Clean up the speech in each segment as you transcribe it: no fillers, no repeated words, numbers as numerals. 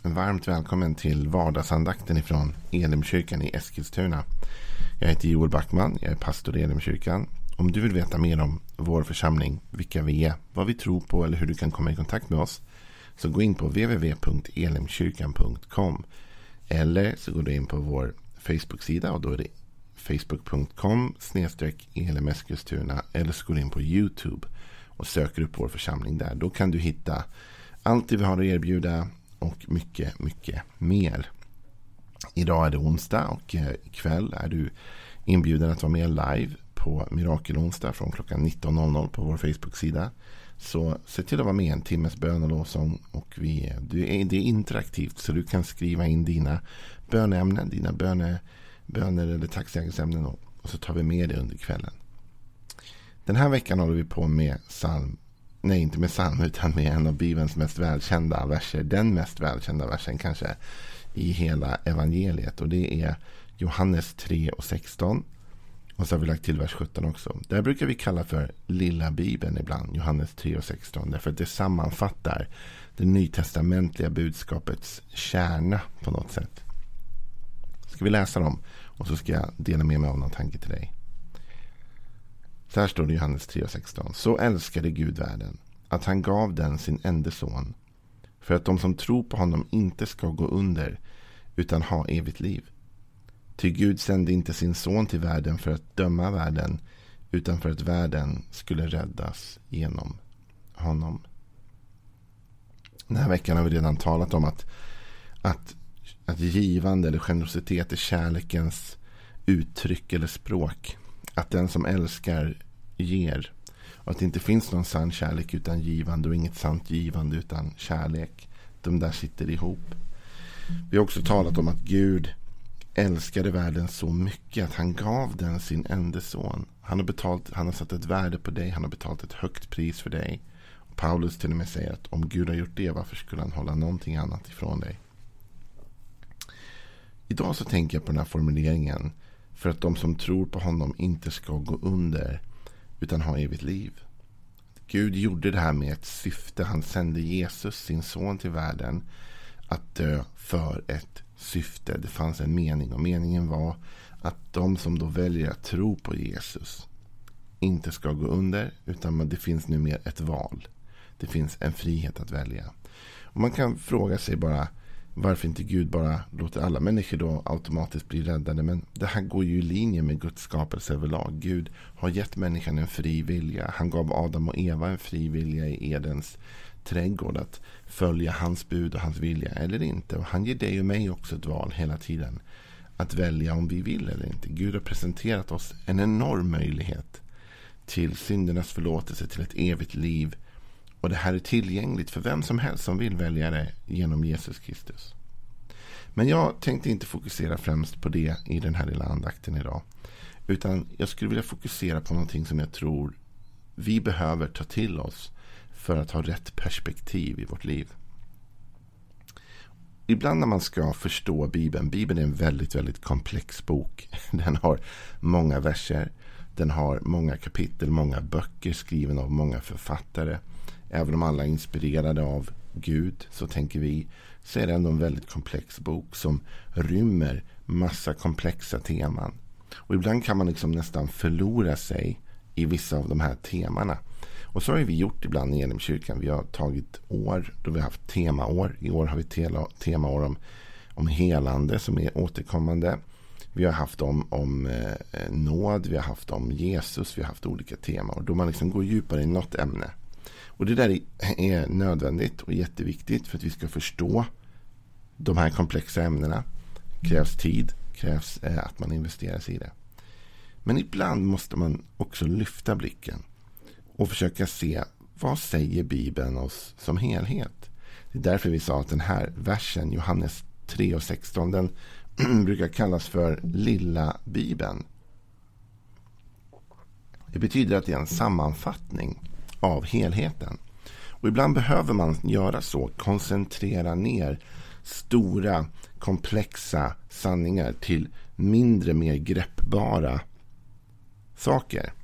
Varmt välkommen till vardagsandakten ifrån Elimkyrkan i Eskilstuna. Jag heter Joel Backman, jag är pastor i Elimkyrkan. Om du vill veta mer om vår församling, vilka vi är, vad vi tror på eller hur du kan komma i kontakt med oss, så gå in på www.elimkyrkan.com eller så går du in på vår Facebook-sida och då är det facebook.com/elimeskilstuna eller så går du in på YouTube och söker upp vår församling där. Då kan du hitta allt det vi har att erbjuda och mycket, mycket mer. Idag är det onsdag och ikväll är du inbjuden att vara med live på Mirakelonsdag från klockan 19.00 på vår Facebook-sida. Så se till att vara med en timmes bön och lovsång och det är interaktivt så du kan skriva in dina bönämnen, dina böner eller tacksägelseämnen och så tar vi med det under kvällen. Den här veckan håller vi på med inte med psalm utan med en av Bibelns mest välkända verser. Den mest välkända versen kanske i hela evangeliet. Och det är Johannes 3:16. Och så har vi lagt till vers 17 också. Det här brukar vi kalla för lilla Bibeln ibland. Johannes 3:16. Därför att det sammanfattar det nytestamentliga budskapets kärna på något sätt. Ska vi läsa dem och så ska jag dela med mig av någon tanke till dig. Så här står det i Johannes 3:16. Så älskade Gud världen att han gav den sin enda son för att de som tror på honom inte ska gå under utan ha evigt liv. Ty Gud sände inte sin son till världen för att döma världen utan för att världen skulle räddas genom honom. Den här veckan har vi redan talat om att givande eller generositet är kärlekens uttryck eller språk. Att den som älskar ger. Och att det inte finns någon sann kärlek utan givande och inget sant givande utan kärlek. De där sitter ihop. Vi har också talat om att Gud älskade världen så mycket att han gav den sin enda son. Han har satt ett värde på dig. Han har betalat ett högt pris för dig. Och Paulus till och med säger att om Gud har gjort det, varför skulle han hålla någonting annat ifrån dig? Idag så tänker jag på den här formuleringen. För att de som tror på honom inte ska gå under utan ha evigt liv. Gud gjorde det här med ett syfte. Han sände Jesus, sin son, till världen att dö för ett syfte. Det fanns en mening och meningen var att de som då väljer att tro på Jesus inte ska gå under utan det finns nu mer ett val. Det finns en frihet att välja. Och man kan fråga sig bara varför inte Gud bara låter alla människor då automatiskt bli räddade. Men det här går ju i linje med Guds skapelse överlag. Gud har gett människan en fri vilja. Han gav Adam och Eva en fri vilja i Edens trädgård att följa hans bud och hans vilja eller inte. Och han ger dig och mig också ett val hela tiden. Att välja om vi vill eller inte. Gud har presenterat oss en enorm möjlighet till syndernas förlåtelse, till ett evigt liv. Och det här är tillgängligt för vem som helst som vill välja det genom Jesus Kristus. Men jag tänkte inte fokusera främst på det i den här lilla andakten idag. Utan jag skulle vilja fokusera på någonting som jag tror vi behöver ta till oss för att ha rätt perspektiv i vårt liv. Ibland när man ska förstå Bibeln är en väldigt, väldigt komplex bok. Den har många verser, den har många kapitel, många böcker skrivna av många författare. Även om alla är inspirerade av Gud så tänker vi så är det ändå en väldigt komplex bok som rymmer massa komplexa teman. Och ibland kan man liksom nästan förlora sig i vissa av de här temana. Och så har vi gjort ibland i Elimkyrkan. Vi har tagit år då vi har haft temaår. I år har vi temaår om helande som är återkommande. Vi har haft om nåd, vi har haft om Jesus, vi har haft olika teman. Då man liksom går djupare i något ämne. Och det där är nödvändigt och jätteviktigt för att vi ska förstå de här komplexa ämnena. Krävs tid, krävs att man investerar sig i det. Men ibland måste man också lyfta blicken och försöka se vad säger Bibeln oss som helhet. Det är därför vi sa att den här versen, Johannes 3:16, den brukar kallas för lilla Bibeln. Det betyder att det är en sammanfattning av helheten. Och ibland behöver man göra så, koncentrera ner stora, komplexa sanningar till mindre, mer greppbara saker.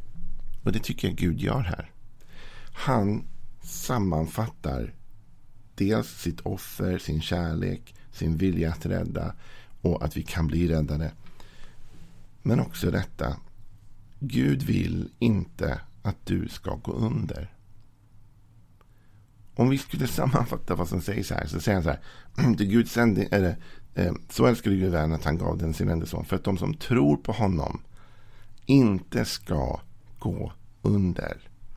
Och det tycker jag Gud gör här. Han sammanfattar dels sitt offer, sin kärlek, sin vilja att rädda och att vi kan bli räddade. Men också detta: Gud vill inte att du ska gå under. Om vi skulle sammanfatta vad som sägs här, så säger han så här: Gud sände, så älskade Gud världen att han gav den sin enda son, för att de som tror på honom inte ska gå under.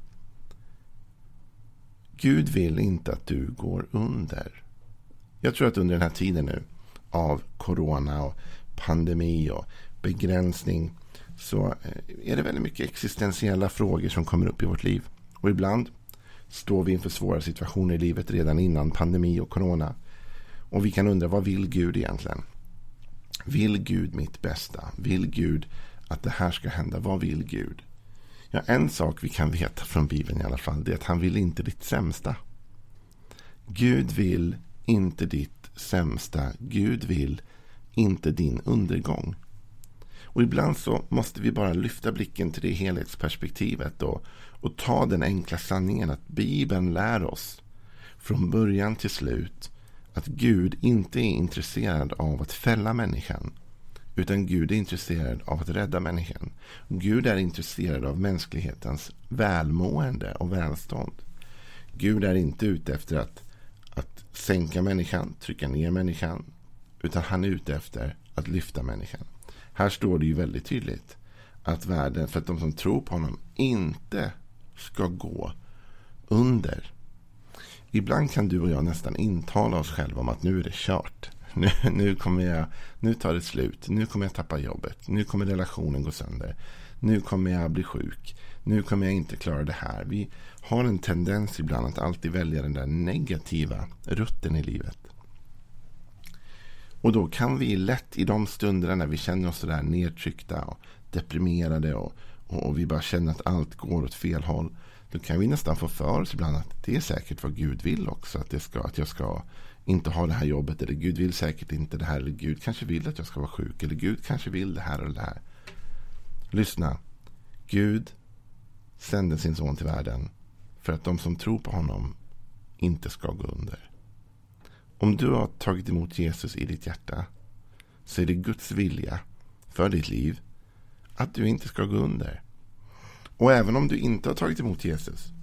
Gud vill inte att du går under. Jag tror att under den här tiden nu av corona och pandemi och begränsning så är det väldigt mycket existentiella frågor som kommer upp i vårt liv. Och ibland står vi inför svåra situationer i livet redan innan pandemi och corona. Och vi kan undra, vad vill Gud egentligen? Vill Gud mitt bästa? Vill Gud att det här ska hända? Vad vill Gud? Ja, en sak vi kan veta från Bibeln i alla fall, det är att han vill inte ditt sämsta. Gud vill inte ditt sämsta. Gud vill inte din undergång. Och ibland så måste vi bara lyfta blicken till det helhetsperspektivet och ta den enkla sanningen att Bibeln lär oss från början till slut att Gud inte är intresserad av att fälla människan, utan Gud är intresserad av att rädda människan. Gud är intresserad av mänsklighetens välmående och välstånd. Gud är inte ute efter att sänka människan, trycka ner människan, utan han är ute efter att lyfta människan. Här står det ju väldigt tydligt att världen, för att de som tror på honom inte ska gå under. Ibland kan du och jag nästan intala oss själva om att nu är det kört. Nu tar det slut. Nu kommer jag tappa jobbet. Nu kommer relationen gå sönder. Nu kommer jag bli sjuk. Nu kommer jag inte klara det här. Vi har en tendens ibland att alltid välja den där negativa rutten i livet. Och då kan vi lätt i de stunderna när vi känner oss så där nedtryckta och deprimerade och vi bara känner att allt går åt fel håll, då kan vi nästan få för oss ibland att det är säkert vad Gud vill också, att jag ska inte ha det här jobbet, eller Gud vill säkert inte det här, eller Gud kanske vill att jag ska vara sjuk, eller Gud kanske vill det här och det här. Lyssna, Gud sände sin son till världen för att de som tror på honom inte ska gå under. Om du har tagit emot Jesus i ditt hjärta, så är det Guds vilja för ditt liv att du inte ska gå under. Och även om du inte har tagit emot Jesus,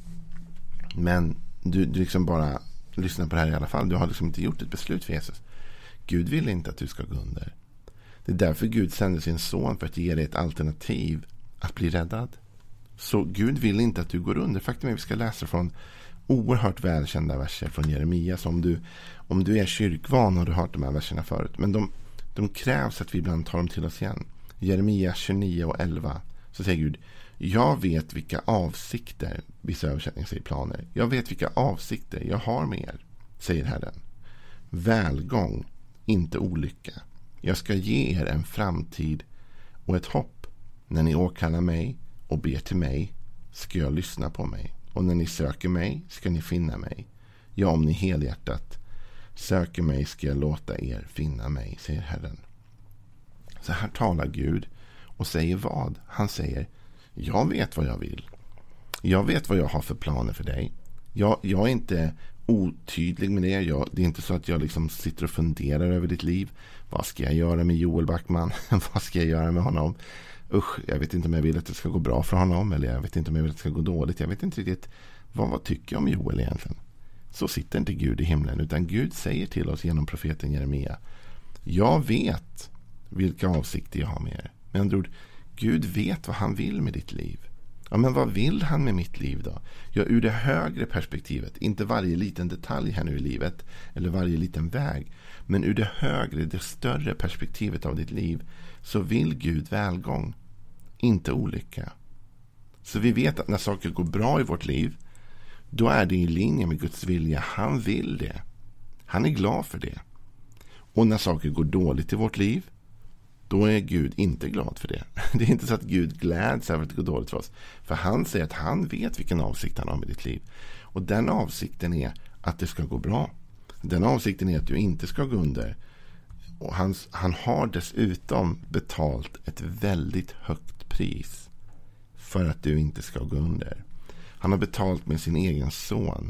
men du liksom bara lyssnar på det här i alla fall, du har liksom inte gjort ett beslut för Jesus, Gud vill inte att du ska gå under. Det är därför Gud sände sin son, för att ge dig ett alternativ att bli räddad. Så Gud vill inte att du går under. Faktum är att vi ska läsa från oerhört välkända verser från Jeremia. Så om du är kyrkvan har du hört de här verserna förut. Men de krävs att vi ibland tar dem till oss igen. Jeremia 29 och 11. Så säger Gud: jag vet vilka avsikter, vissa översättningar säger planer. Jag vet vilka avsikter jag har med er, säger Herren. Välgång, inte olycka. Jag ska ge er en framtid och ett hopp. När ni åkallar mig och ber till mig ska jag lyssna på mig. Och när ni söker mig ska ni finna mig. Ja, om ni helhjärtat söker mig ska jag låta er finna mig, säger Herren. Så här talar Gud och säger vad? Han säger: jag vet vad jag vill. Jag vet vad jag har för planer för dig. Jag är inte otydlig med det. Det är inte så att jag liksom sitter och funderar över ditt liv. Vad ska jag göra med Joel Backman? Vad ska jag göra med honom? Jag vet inte om jag vill att det ska gå bra för honom, eller jag vet inte om jag vill att det ska gå dåligt. Jag vet inte riktigt vad tycker jag om Joel egentligen. Så sitter inte Gud i himlen, utan Gud säger till oss genom profeten Jeremia: jag vet vilka avsikter jag har med er. Med andra ord, Gud vet vad han vill med ditt liv. Ja, men vad vill han med mitt liv då? Ja, ur det högre perspektivet, inte varje liten detalj här nu i livet eller varje liten väg, men ur det högre, det större perspektivet av ditt liv, så vill Gud välgång, inte olycka. Så vi vet att när saker går bra i vårt liv, då är det i linje med Guds vilja. Han vill det. Han är glad för det. Och när saker går dåligt i vårt liv, då är Gud inte glad för det. Det är inte så att Gud gläds över att det går dåligt för oss. För han säger att han vet vilken avsikt han har med ditt liv. Och den avsikten är att det ska gå bra. Den avsikten är att du inte ska gå under. Och han har dessutom betalt ett väldigt högt pris för att du inte ska gå under. Han har betalt med sin egen son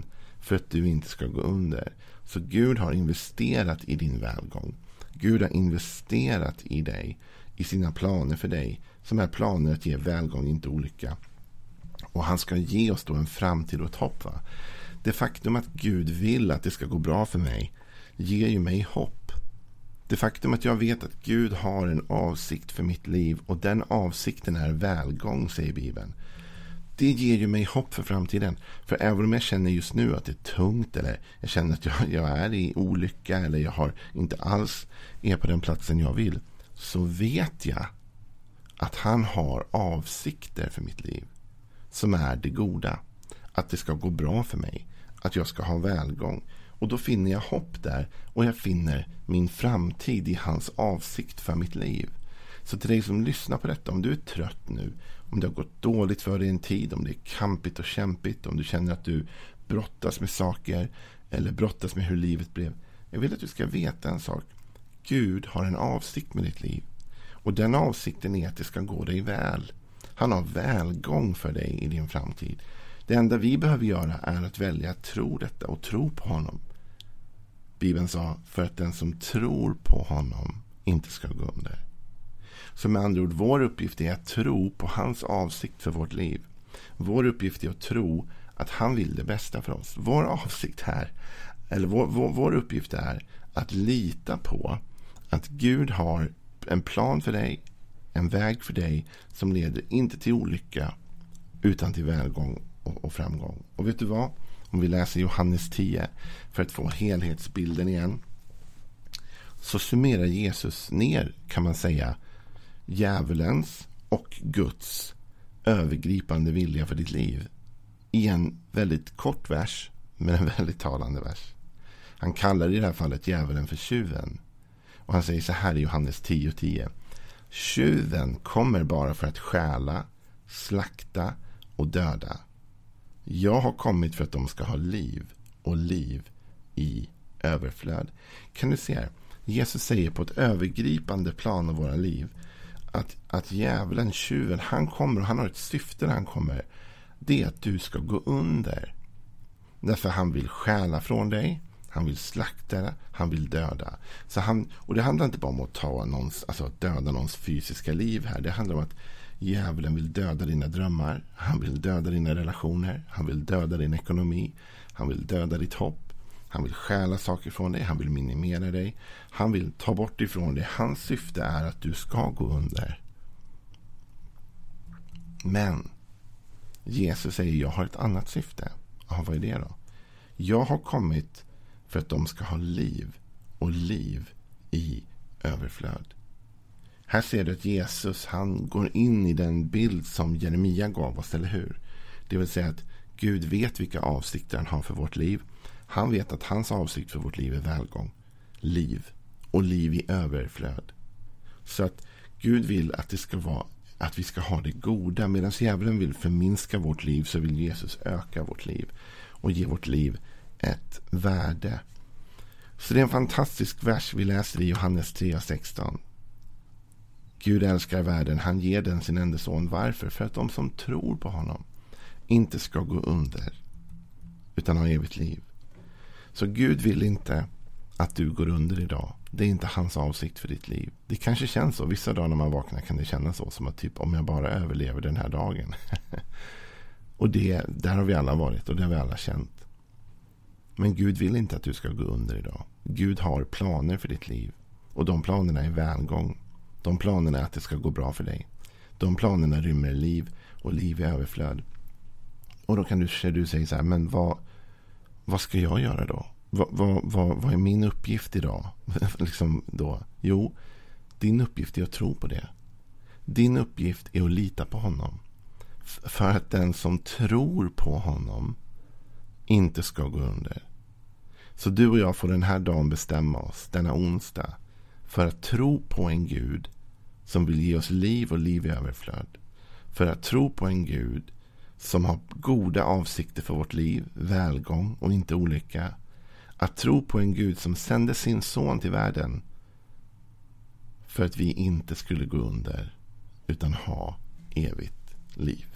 för att du inte ska gå under. Så Gud har investerat i din välgång. Gud har investerat i dig, i sina planer för dig, som är planer att ge välgång, inte olycka. Och han ska ge oss då en framtid och ett hopp. Va? Det faktum att Gud vill att det ska gå bra för mig ger ju mig hopp. Det faktum att jag vet att Gud har en avsikt för mitt liv, och den avsikten är välgång, säger Bibeln. Det ger ju mig hopp för framtiden. För även om jag känner just nu att det är tungt, eller jag känner att jag är i olycka, eller jag har inte alls är på den platsen jag vill, så vet jag att han har avsikter för mitt liv som är det goda. Att det ska gå bra för mig. Att jag ska ha välgång. Och då finner jag hopp där. Och jag finner min framtid i hans avsikt för mitt liv. Så till dig som lyssnar på detta, om du är trött nu, om det har gått dåligt för dig en tid, om det är kampigt och kämpigt, om du känner att du brottas med saker eller brottas med hur livet blev. Jag vill att du ska veta en sak. Gud har en avsikt med ditt liv. Och den avsikten är att det ska gå dig väl. Han har välgång för dig i din framtid. Det enda vi behöver göra är att välja att tro detta och tro på honom. Bibeln sa, för att den som tror på honom inte ska gå under. Så med andra ord, vår uppgift är att tro på hans avsikt för vårt liv. Vår uppgift är att tro att han vill det bästa för oss. Vår avsikt här, eller vår uppgift är att lita på att Gud har en plan för dig, en väg för dig som leder inte till olycka utan till välgång och framgång. Och vet du vad? Om vi läser Johannes 10 för att få helhetsbilden igen, så summerar Jesus ner, kan man säga, djävulens och Guds övergripande vilja för ditt liv i en väldigt kort vers, men en väldigt talande vers. Han kallar i det här fallet djävulen för tjuven. Och han säger så här i Johannes 10:10. Tjuven kommer bara för att stjäla, slakta och döda. Jag har kommit för att de ska ha liv, och liv i överflöd. Kan du se här? Jesus säger på ett övergripande plan av våra liv att djävulen, tjuven, han kommer, och han har ett syfte när han kommer. Det är att du ska gå under. Därför han vill stjäla från dig. Han vill slakta, han vill döda. Och det handlar inte bara om att döda någons fysiska liv här. Det handlar om att djävulen vill döda dina drömmar. Han vill döda dina relationer. Han vill döda din ekonomi. Han vill döda ditt hopp. Han vill stjäla saker från dig. Han vill minimera dig. Han vill ta bort ifrån dig. Hans syfte är att du ska gå under. Men Jesus säger, jag har ett annat syfte. Ja, vad är det då? Jag har kommit för att de ska ha liv, och liv i överflöd. Här ser du att Jesus, han går in i den bild som Jeremia gav oss, eller hur? Det vill säga att Gud vet vilka avsikter han har för vårt liv. Han vet att hans avsikt för vårt liv är välgång, liv och liv i överflöd. Så att Gud vill att det ska vara att vi ska ha det goda, medan djävulen vill förminska vårt liv, så vill Jesus öka vårt liv och ge vårt liv ett värde. Så det är en fantastisk vers vi läser i Johannes 3:16. Gud älskar världen, han ger den sin enda son. Varför? För att de som tror på honom inte ska gå under, utan ha evigt liv. Så Gud vill inte att du går under idag. Det är inte hans avsikt för ditt liv. Det kanske känns så. Vissa dagar när man vaknar kan det kännas så, som att typ, om jag bara överlever den här dagen. Och där har vi alla varit, och det har vi alla känt. Men Gud vill inte att du ska gå under idag. Gud har planer för ditt liv. Och de planerna är välgång. De planerna är att det ska gå bra för dig. De planerna rymmer liv, och liv i överflöd. Och då kan du säga så här, men vad ska jag göra då? Vad är min uppgift idag? Liksom då? Jo, din uppgift är att tro på det. Din uppgift är att lita på honom. För att den som tror på honom inte ska gå under. Så du och jag får den här dagen bestämma oss, denna onsdag, för att tro på en Gud som vill ge oss liv och liv i överflöd. För att tro på en Gud som har goda avsikter för vårt liv, välgång och inte olycka. Att tro på en Gud som sände sin son till världen för att vi inte skulle gå under, utan ha evigt liv.